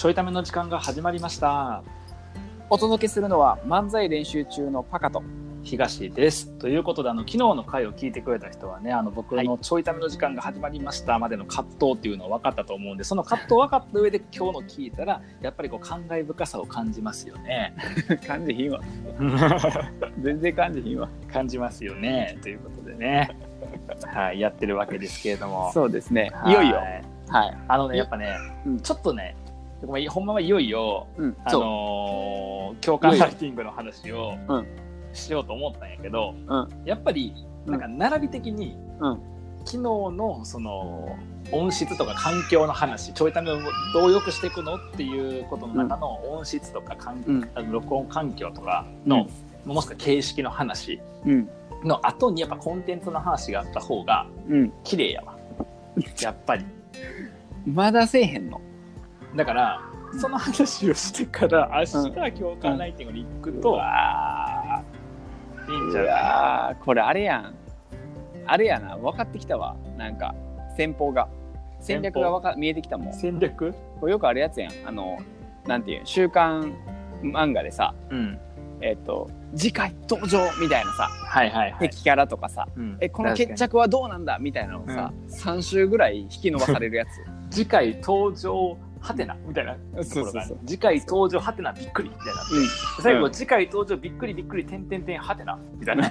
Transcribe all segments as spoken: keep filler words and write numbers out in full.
ちょいための時間が始まりました。 お届けするのは漫才練習中のパカと東です。ということで、あの昨日の回を聞いてくれた人はね、あの僕のちょいための時間が始まりましたまでの葛藤っていうのは分かったと思うんで、その葛藤分かった上で今日の聞いたらやっぱりこう感慨深さを感じますよね。 感じひんわ全然感じひんわ感じますよね。ということでねはい、やってるわけですけれども、 そうですね、いよいよ、 はい、あのねやっぱね、うん、ちょっとねほんまはいよいよ、うん、あのー、共感ライティングの話をしようと思ったんやけど、うん、やっぱりなんか並び的に、うん、昨日のその音質とか環境の話、ちょいためをどう良くしていくのっていうことの中の音質とか環、うん、録音環境とかの、うん、もしくは形式の話の後にやっぱコンテンツの話があった方が綺麗やわ、うん、やっぱりまだせえへんのだからその話をしてから明日共感ライティングに行くと、うん、あいいんじゃないかな。これあれやんあれやな、分かってきたわ。なんか戦法が戦略がわか見えてきたもん。 戦略これよくあるやつやん。あのなんていう週刊漫画でさ、うん、えっ、ー、と次回登場みたいなさ、はいはいはい、敵キャラとかさ、うん、えこの決着はどうなんだみたいなのをさ、うん、さん週ぐらい引き伸ばされるやつ次回登場はてなみたいなところが、次回登場はてなびっくりみたいな、うん、最後、うん、次回登場びっくりびっくりてんてんてんはてなみたい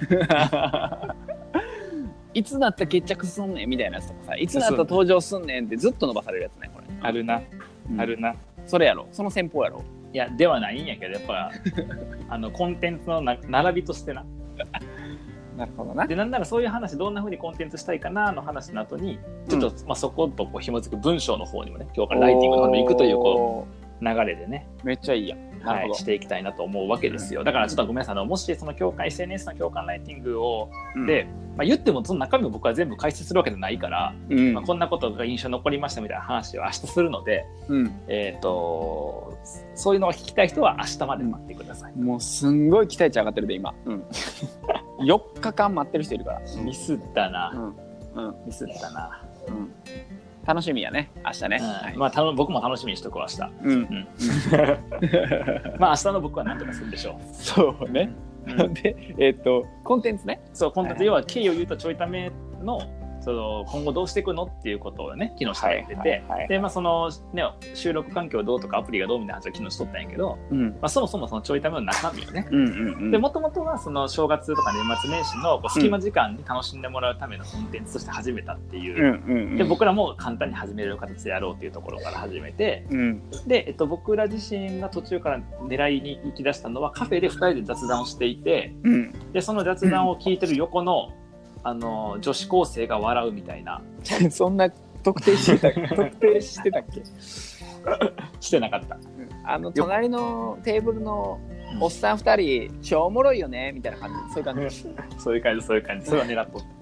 ないつなった決着すんねんみたいなやつとかさ、いつなった登場すんねんってずっと伸ばされるやつね、これ。 あるな、うん、あるな。 それやろ、その戦法やろ。 いやではないんやけど、やっぱあのコンテンツのな並びとしてななるほどな。 でなんならそういう話、どんな風にコンテンツしたいかなの話の後にちょっと、うんまあ、そことこう紐付く文章の方にもね、今日からライティングの方に行くというこう流れでね、 めっちゃいいやん、 はい、していきたいなと思うわけですよ。だからちょっとごめんなさい、もしその共感 エスエヌエス の共感ライティングを、うん、で、まあ、言ってもその中身を僕は全部解説するわけじゃないから、うんまあ、こんなことが印象に残りましたみたいな話を明日するので、うん、えーとそういうのを聞きたい人は明日まで待ってください。 もうすんごい期待値上がってるで今、うんよっかかん待ってる人いるから。 ミスったな、うんうん、ミスったな、うん、 楽しみやね明日ね、 うんはいまあ、た僕も楽しみにしとくわ明日、うんうん、まあ明日の僕は何とかするでしょう。 そうね、うん、でえー、っとコンテンツね、 そうコンテンツ、はい、要は経緯を言うとちょいためのその今後どうしていくのっていうことをね昨日喋ってて、はいはいはい、でまあそのね収録環境どうとかアプリがどうみたいな話を昨日しとったんやけど、うんまあ、そもそもそのちょいための中身をね、うんうんうん、でもともとはその正月とか年末年始のこう隙間時間に楽しんでもらうためのコンテンツとして始めたっていう、うんうんうん、で僕らも簡単に始める形でやろうっていうところから始めて、うん、で、えっと、僕ら自身が途中から狙いに行き出したのはカフェでふたりで雑談をしていて、うん、でその雑談を聞いてる横のあの女子高生が笑うみたいなそんな特定してた特定してたっけしてなかった。 あの隣のテーブルのおっさんふたり超おもろいよねみたいな感じ、そういう感じそういう感じそういう感じそれは狙っとった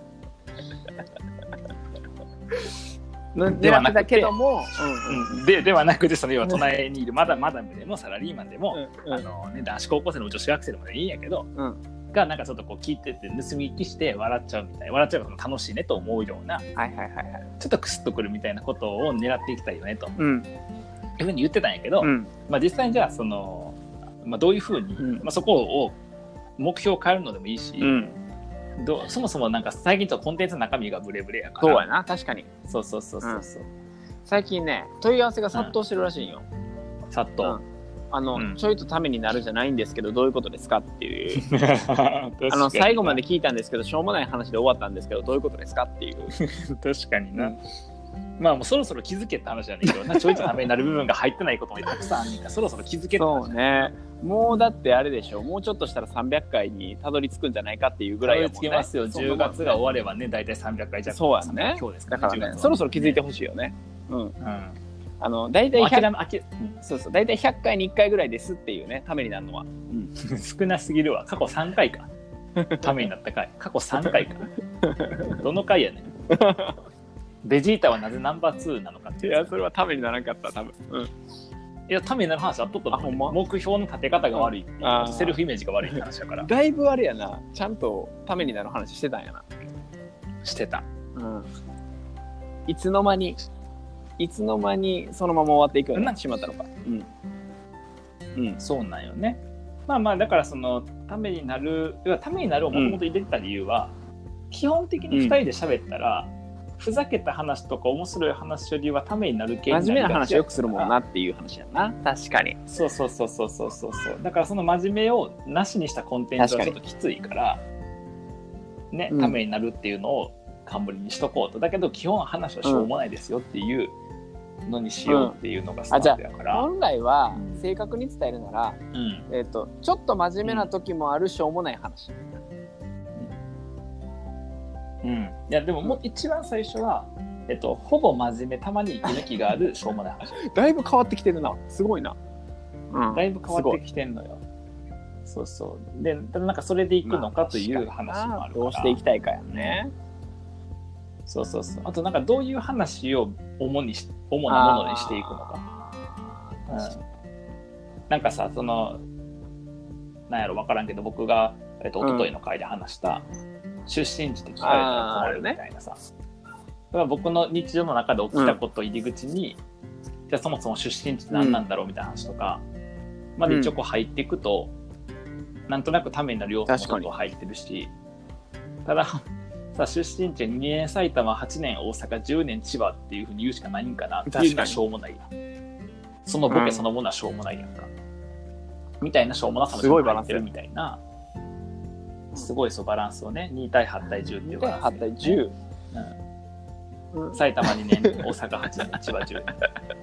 狙ってたけども、 うんうん、で, ではなくて、その要は隣にいるマダマダムでもサラリーマンでも、うんうんあのね、男子高校生の女子学生でもいいんやけど、うんがなんかちょっとこう聞いてて盗み聞きして笑っちゃうみたいな、笑っちゃうの楽しいねと思うような、はいはいはいはい、ちょっとクスッとくるみたいなことを狙っていきたいよねと、うん、いうふうに言ってたんやけど、うんまあ、実際にじゃあその、まあ、どういうふうに、うんまあ、そこを目標を変えるのでもいいし、うん、どそもそもなんか最近とコンテンツの中身がブレブレやから。 そうやな、確かに。 そうそうそうそうそう、うん、 最近ね問い合わせが殺到してるらしいんよ、 うん、殺到、うんあのうん、ちょいとためになるじゃないんですけどどういうことですかっていうあの最後まで聞いたんですけどしょうもない話で終わったんですけどどういうことですかっていう確かにな、うん、まあもうそろそろ気づけって話じゃないけどなちょいとためになる部分が入ってないこともたくさんあるからそろそろ気づけって話。 そうね、もうだってあれでしょ、もうちょっとしたらさんびゃっかいにたどり着くんじゃないかっていうぐらいやもんね。 たどり着けますよ。じゅうがつが終わればねだいたいさんびゃっかい弱。 そうやね。 今日ですか、ね、だからねそろそろ気づいてほしいよね。うん、うんあのだいたいひゃく、そうそう、だいたいひゃっかいにいっかいぐらいですっていうね、ためになるのは、うん、 少なすぎるわ。過去さんかいかためになった回過去さんかいかどの回やねんベジータはなぜナンバーツーなのかっていう。 いやそれはためにならなかった多分、うん、 いやためになる話はっとったの、ね、目標の立て方が悪い、うん、セルフイメージが悪いって話だからだいぶあれやな、ちゃんとためになる話してたんやな。 してた、 うん、いつの間にいつの間にそのまま終わっていくようになってしまったのか。 うん、うん、そうなんよね。まあまあだからそのためになるためになるをもともと入れてた理由は、うん、基本的にふたりで喋ったら、うん、ふざけた話とか面白い話よりはためになる系になりがちやから、 真面目な話をよくするもんなっていう話やな。確かに。 そうそうそうそうそうそうそう。だからその真面目をなしにしたコンテンツはちょっときついからね、ためになるっていうのを冠にしとこうと。だけど基本話はしょうもないですよっていうのにしようっていうのがスタートやから、 うん、本来は正確に伝えるなら、うん、えーと、ちょっと真面目な時もあるしょうもない話、 うん、うん、いやでももう一番最初は、えっと、ほぼ真面目たまに息抜きがあるしょうもない話だいぶ変わってきてるな。すごいな、 うん、だいぶ変わってきてんのよ。そうそうでなんかそれでいくのかという話もあるから、 どうしていきたいかやね。 そうそうそう。あとなんかどういう話を主にし主なものにしていくのか。うん、なんかさ、そのなんやろ分からんけど、僕がえっと一昨日の回で話した、うん、出身地って聞かれたら困るみたいなさ。だから僕の日常の中で起きたことを入り口に、うん、じゃあそもそも出身地って何なんだろうみたいな話とか、うん、まで一応こう入っていくと、うん、なんとなくためになる要素もちょっと入ってるし、たださ出身地にねん埼玉、はちねん大阪、じゅうねん千葉っていうふうに言うしかないんかなっていうのはしょうもないやん。そのボケそのものはしょうもないやんか、うん、みたいなしょうもなさも入ってるみたいな、すごいそうバランスをね、に対はち対じゅうっていうバランス、 に対はち対じゅう、 うん、埼玉にねん、大阪はちねん、千葉じゅうね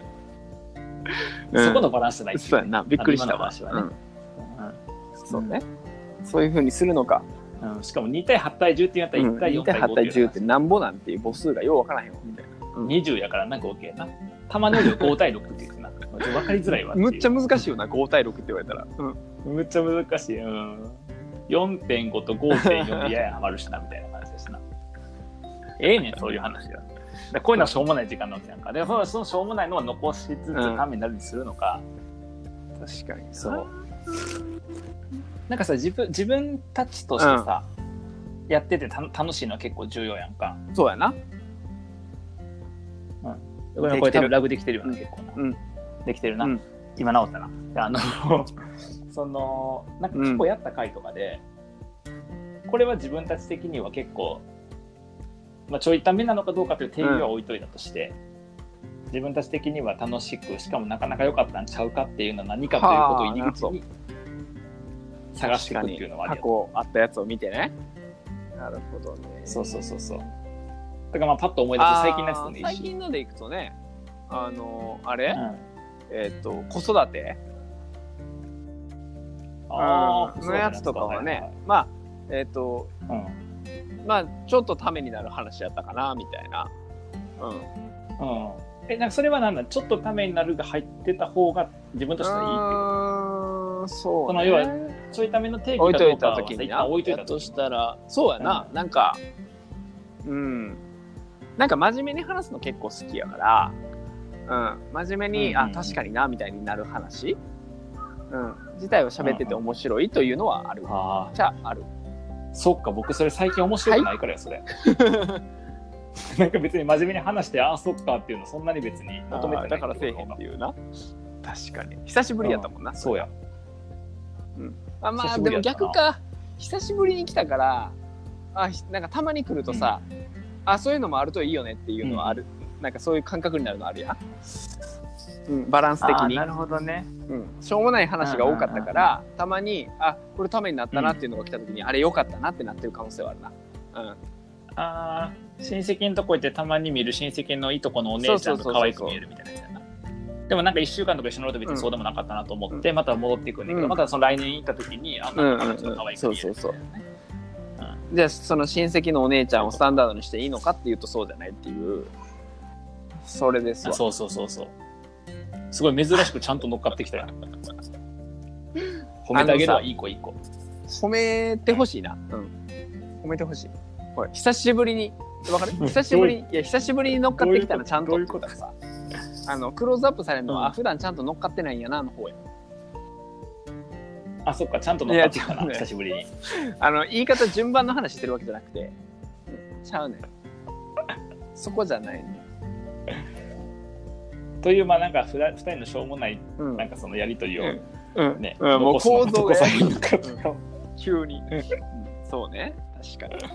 ん、うん、そこのバランスじゃないっていう、ね、 そうやな、びっくりしたわ、ね、うんうん、そうね、そういうふうにするのか。 うん、しかもに対はち対じゅうって言ったらいち対よん対ご、 うん、に対はち対じゅうってなんぼなんていう母数がようわからへんわみたいな、 うん、にじゅうやからな合計な。玉の量ご対ろくって言うな分かりづらいわ。 むっちゃ難しいよなご対ろくって言われたら、 うん、むっちゃ難しい、うん、よんてんご と ごてんよん でややハマるしなみたいな話ですな。ええねんそういう話よ。だこういうのはしょうもない時間なわけやんか。でそのしょうもないのは残しつつためになるにするのか、 うん、確かにそうなんかさ、自分自分たちとしてさ、うん、やっててた楽しいのは結構重要やんか。 そうやな。 うん。これこれ多分ラグできてるよな、結構な。うん。できてるな。うん、今直ったな。あのそのなんか結構やった回とかで、うん、これは自分たち的には結構、まあ、ちょいためなのかどうかという定義は置いといたとして、うん、自分たち的には楽しく、しかもなかなか良かったんちゃうかっていうのは何かということを入り口に探していくっていうのはあるよ。 過去あったやつを見てね。なるほどね。 そうそうそうそう。だからまあパッと思い出すと最近のやつとね。 最近のでいくとね、あのあれ、うん、えっ、ー、と子育てあのやつとかはね、はいはい、まあえっ、ー、と、うん、まあちょっとためになる話やったかなみたいな。うん。うん。 えなんかそれはなんだ、ちょっとためになるが入ってた方が自分としてはいいっていう。そう、ね。その要はちょいための定義がどうかは置いといた時にな、置いといたとしたら、そうやな、うん、なんか、うん、なんか真面目に話すの結構好きやから、うん、真面目に、うんうんうん、あ、確かになみたいになる話、うん、自体は喋ってて面白いというのはある。あ、じゃあある。 そっか、僕それ最近面白くないからよ、それ。なんか別に真面目に話して、ああそっかっていうのそんなに別に求めてない。 だからせえへんっていうな。確かに久しぶりやったもんな。 うん、そうや。 うん、あまあでも逆か、久しぶりに来たからあなんかたまに来るとさ、うん、あそういうのもあるといいよねっていうのはある、うん、なんかそういう感覚になるのあるやん、うん、バランス的に。 なるほどね、 うん、しょうもない話が多かったから、たまにあこれためになったなっていうのが来た時に、うん、あれ良かったなってなってる可能性はあるな、うん、 あ親戚のとこ行ってたまに見る親戚のいとこのお姉ちゃんと可愛く見えるみたいなやつやな。でもなんかいっしゅうかんとか一緒に乗ると別にそうでもなかったなと思って、うん、また戻っていくんだけど、うん、またその来年行った時にあんなのちょっと可愛く見えるみたいなね。そうそうそう。 じゃあその親戚のお姉ちゃんをスタンダードにしていいのかっていうとそうじゃないっていう、それですわ。 そうそうそうそう。すごい珍しくちゃんと乗っかってきたよ。褒めてあげるわ、いい子いい子。 褒めてほしいな。うん。褒めてほしい。ほら久しぶりにわかる？久しぶりにいや久しぶりに乗っかってきたらちゃんとってことさ。あのクローズアップされるのは、うん、普段ちゃんと乗っかってないんやなの方や。 あ、そっか、ちゃんと乗っかってきたな、ね、久しぶりに。 あの言い方順番の話してるわけじゃなくて、ちゃうねん。そこじゃないね。 というまあなんかふたりのしょうもない、うん、なんかそのやり取りをね、 うんうんうん、もう構造が急に、うん、そうね確かに。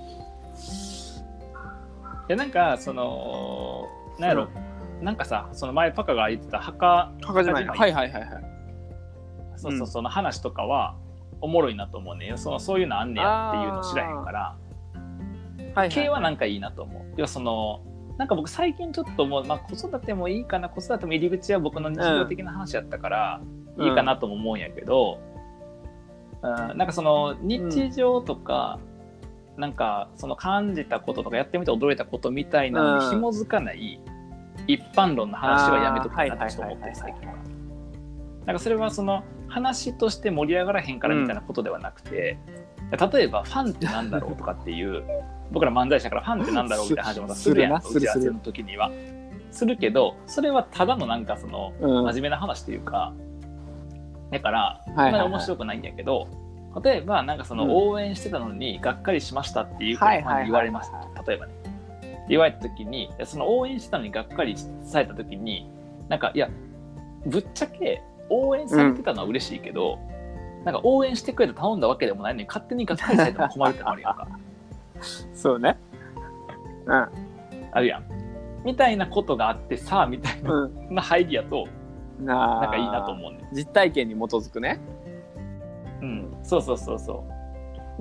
でなんかそのなんやろ、うん、なんかさその前パカが言ってた墓墓じゃないはいはいはいはいそうそう、うん、その話とかはおもろいなと思うね。そのそういうのあんねやっていうの知らへんから、はいはい、系はなんかいいなと思う。要はそのなんか僕最近ちょっともう、まあ、子育てもいいかな、子育ても入り口は僕の日常的な話やったから、いいかなとも思うんやけど、うん、なんかその日常とか、うん、なんかその感じたこととかやってみて驚いたことみたいなのに紐づかない一般論の話はやめとくかなと思ってる最近は。なんかそれはその話として盛り上がらへんからみたいなことではなくて、うん、例えばファンってなんだろうとかっていう僕ら漫才師だからファンってなんだろうみたいな話もするやん、打ち合わせの時にはするけど、それはただのなんかその真面目な話というか、うん、だからそんなに面白くないんやけど、例えばなんかその応援してたのにがっかりしましたっていうふうに言われました、例えばね言われた時に、その応援してたのにがっかりされた時になんかいやぶっちゃけ応援されてたのは嬉しいけど、うん、なんか応援してくれて頼んだわけでもないのに勝手にがっかりされても困るってあるやんかそうね、うん、 あるやんみたいなことがあってさあみたいな、うん、な入りやとなんかいいなと思うね。 実体験に基づくね。 うんそうそうそうそう。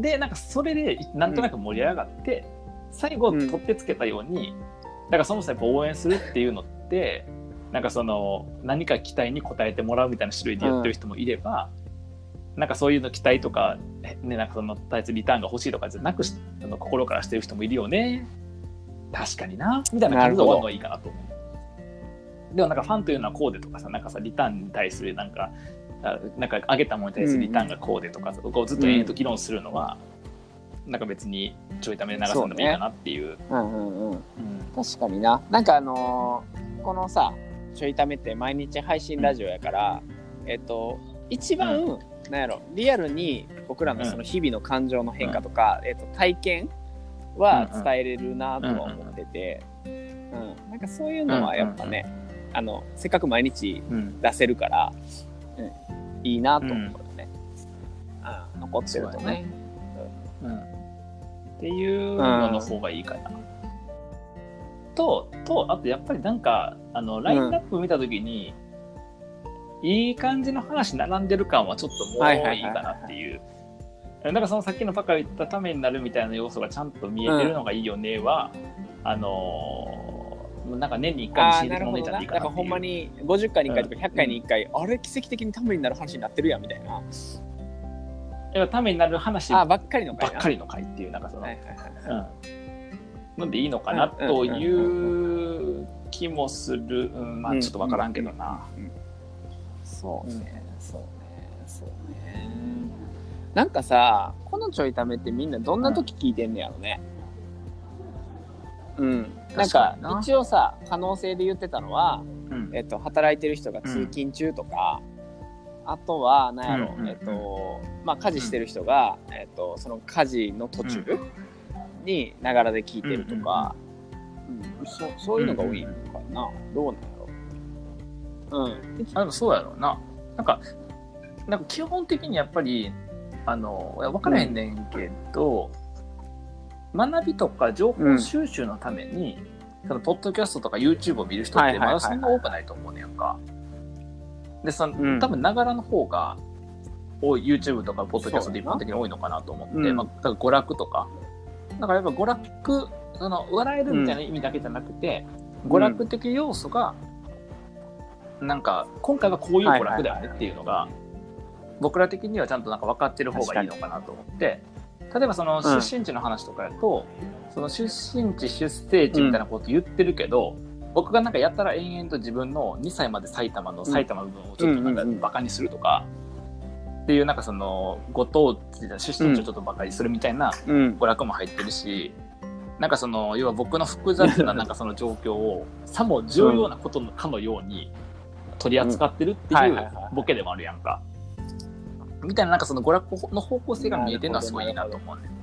でなんかそれでなんとなく盛り上がって、うん、最後取ってつけたように、うん、だからそもそもやっぱ応援するっていうのってなんかその何か期待に応えてもらうみたいな種類でやってる人もいれば、うん、なんかそういうの期待とか、ね、なんかその対すリターンが欲しいとかじゃなくしあの心からしてる人もいるよね。確かになみたいな感じで終わるのがいいかなと思う。でもなんかファンというのはこうでとかさ、なんかさリターンに対するなんかなんか上げたものに対するリターンがこうでとか、うん、こうずっと延々と議論するのは、うん、なんか別にちょいためで流すのでもいいかなっていう。 うんうんうんうん、確かにな。なんかあのー、このさちょいためって毎日配信ラジオやから、うん、えっと一番、うん、なんやろリアルに僕らのその日々の感情の変化とか、うん、えっと体験は伝えれるなとは思ってて、うんうん、なんかそういうのはやっぱね、うん、あのせっかく毎日出せるから、うん、いいなと思うよね、うん、残ってるとね、 うんうん、っていうのの方がいいかな、うん、と, とあとやっぱりなんかあのラインナップ見たときに、うん、いい感じの話並んでる感はちょっともういいかなっていう。だからそのさっきのパカが言ったためになるみたいな要素がちゃんと見えてるのがいいよねは、うん、あのー、なんか年にいっかいに親戚のお姉ちゃんでいいかなっていう。 だからほんまにごじゅっかいにいっかいとかひゃっかいにいっかい、うん、あれ奇跡的にためになる話になってるやんみたいな。 やっぱためになる話ばっかりの回ばっかりの回っていうなんかその、はいはいはいうん、のでいいのかなという気もする。うん、まあちょっとわからんけどな。 うんうんうん、そうね、うん、そうね、そうね。なんかさ、このちょいためってみんなどんな時聞いてんねやろね。うん。なんか一応さ、可能性で言ってたのは、うん、えっと働いてる人が通勤中とか、うん、あとはなんやろ、うん、えっとまあ家事してる人が、うん、えっとその家事の途中にながらで聞いてるとか、うんうん、そそういうのが多いのかな。どうなんやろ。うん。 あでもそうやろうな。なんかなんか基本的にやっぱりあの分からへんねんけど、うん、学びとか情報収集のために、うん、そのポッドキャストとか YouTube を見る人ってまだそんな多くないと思うねんか。でその、うん、多分ながらの方が多い YouTube とかポッドキャストで一般的に多いのかなと思って、うんまあ、だから娯楽とかだからやっぱ娯楽その笑えるみたいな意味だけじゃなくて、うん、娯楽的要素がなんか今回はこういう娯楽だよねっていうのが、はいはいはい、僕ら的にはちゃんとなんか分かってる方がいいのかなと思って、例えばその出身地の話とかやと、うん、その出身地出生地みたいなこと言ってるけど、うん、僕がなんかやったら延々と自分のにさいまで埼玉の埼玉の部分をちょっとなんかバカにするとか、っていうなんかそのご当地出身地をちょっとバカにするみたいな娯楽も入ってるし、なんかその要は僕の複雑ななんかその状況をさも重要なことかのように取り扱ってるっていうボケでもあるやんか。みたいななんかその娯楽の方向性が見えてるのはすごいいいなと思うね。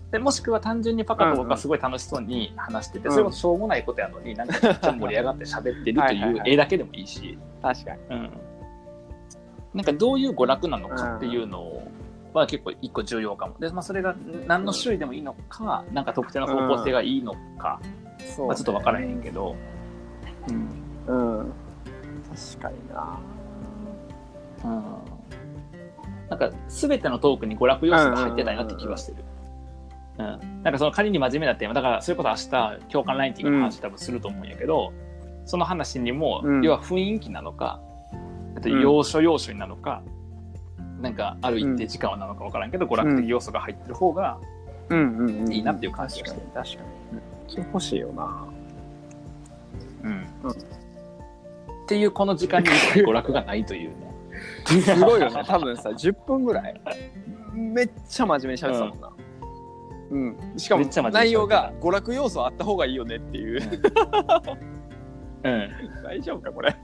でもしくは単純にパカと僕はすごい楽しそうに話してて、うんうん、それこそしょうもないことやのになんかめっちゃ盛り上がって喋ってるという絵だけでもいいし確かに、 うん、なんかどういう娯楽なのかっていうのは結構一個重要かもで、まあ、それが何の種類でもいいのか、うん、なんか特定の方向性がいいのか、うんまあ、ちょっと分からへんけどう、ね、うん、うん、確かにな、 うんなんか全てのトークに娯楽要素が入ってないなって気はしてる。うん、なんかその仮に真面目なテーマだからそれこそ明日共感ライティングの話多分すると思うんやけど、うん、その話にも、うん、要は雰囲気なのか、あと要所要所になのか、うん、なんかある一定時間はなのか分からんけど、うん、娯楽的要素が入ってる方がいいなっていう感じがしてる。 確かに確かに、それ欲しいよな。 うん。うん、っていうこの時間に娯楽がないというね。 すごいよね。多分さじゅっぷんぐらいめっちゃ真面目に喋ってたもんな、うんうん、しかも内容が娯楽要素あった方がいいよねっていう、うんうん、大丈夫かこれ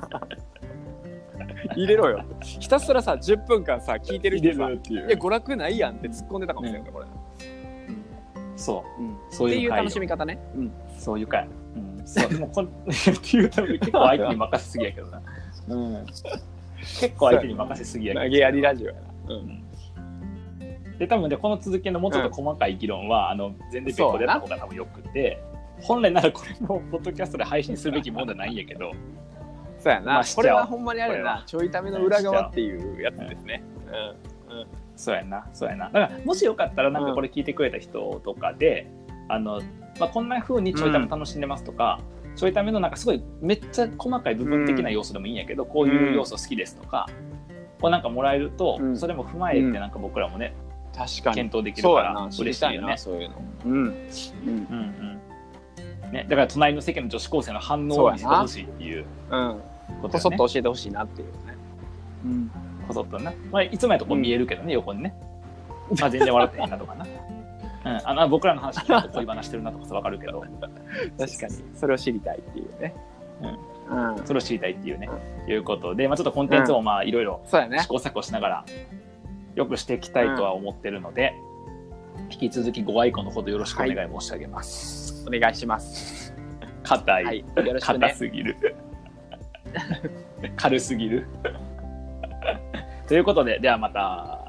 入れろよ。ひたすらさじゅっぷんかんさ聞いてる人さいや娯楽ないやんって突っ込んでたかもしれない、うん、これ、 うん、そう、うん、 そういうっていう楽しみ方ね、 うん、そういう回、うん、そうもうこんっていうために結構相手に任せすぎやけどな、うん結構相手に任せすぎやけど。 投げやりラジオやな。うん。 で多分ねこの続きのもうちょっと細かい議論は、うん、あの全然別個でやった方が多分よくて、本来ならこれもポッドキャストで配信するべきものじゃないんやけど。 そうやな。まあ、これはほんまにあるな。ちょいための裏側っていうやつですね。 うん。うん。そうやな。そうやな。だからもしよかったらなんかこれ聞いてくれた人とかで、うん、あのまあこんな風にちょいため楽しんでますとか。うんちょいためのなんかすごいめっちゃ細かい部分的な要素でもいいんやけど、うん、こういう要素好きですとか、こうなんかもらえると、うん、それも踏まえてなんか僕らもね、 うん、確かに検討できるから嬉しいよね。 そういうの。うん。うんうんうん。ね、だから隣の席の女子高生の反応を見せてほしいっていうことよね。 こそっと教えてほしいなっていうね。 うん。こそっとな。まあいつもやとこう見えるけどね、うん、横にね。まあ全然笑ってへんなとかな。うん、あの僕らの話聞くと恋話してるなとかさ分かるけど確かにそれを知りたいっていうね、 うんうん、それを知りたいっていうね、うん、いうことで、まあ、ちょっとコンテンツもまあいろいろ試行錯誤しながらよくしていきたいとは思ってるので、うん、引き続きご愛顧のほどよろしくお願い申し上げます、 はい、お願いします硬い、 はい、よろしくね、 硬すぎる軽すぎるということでではまた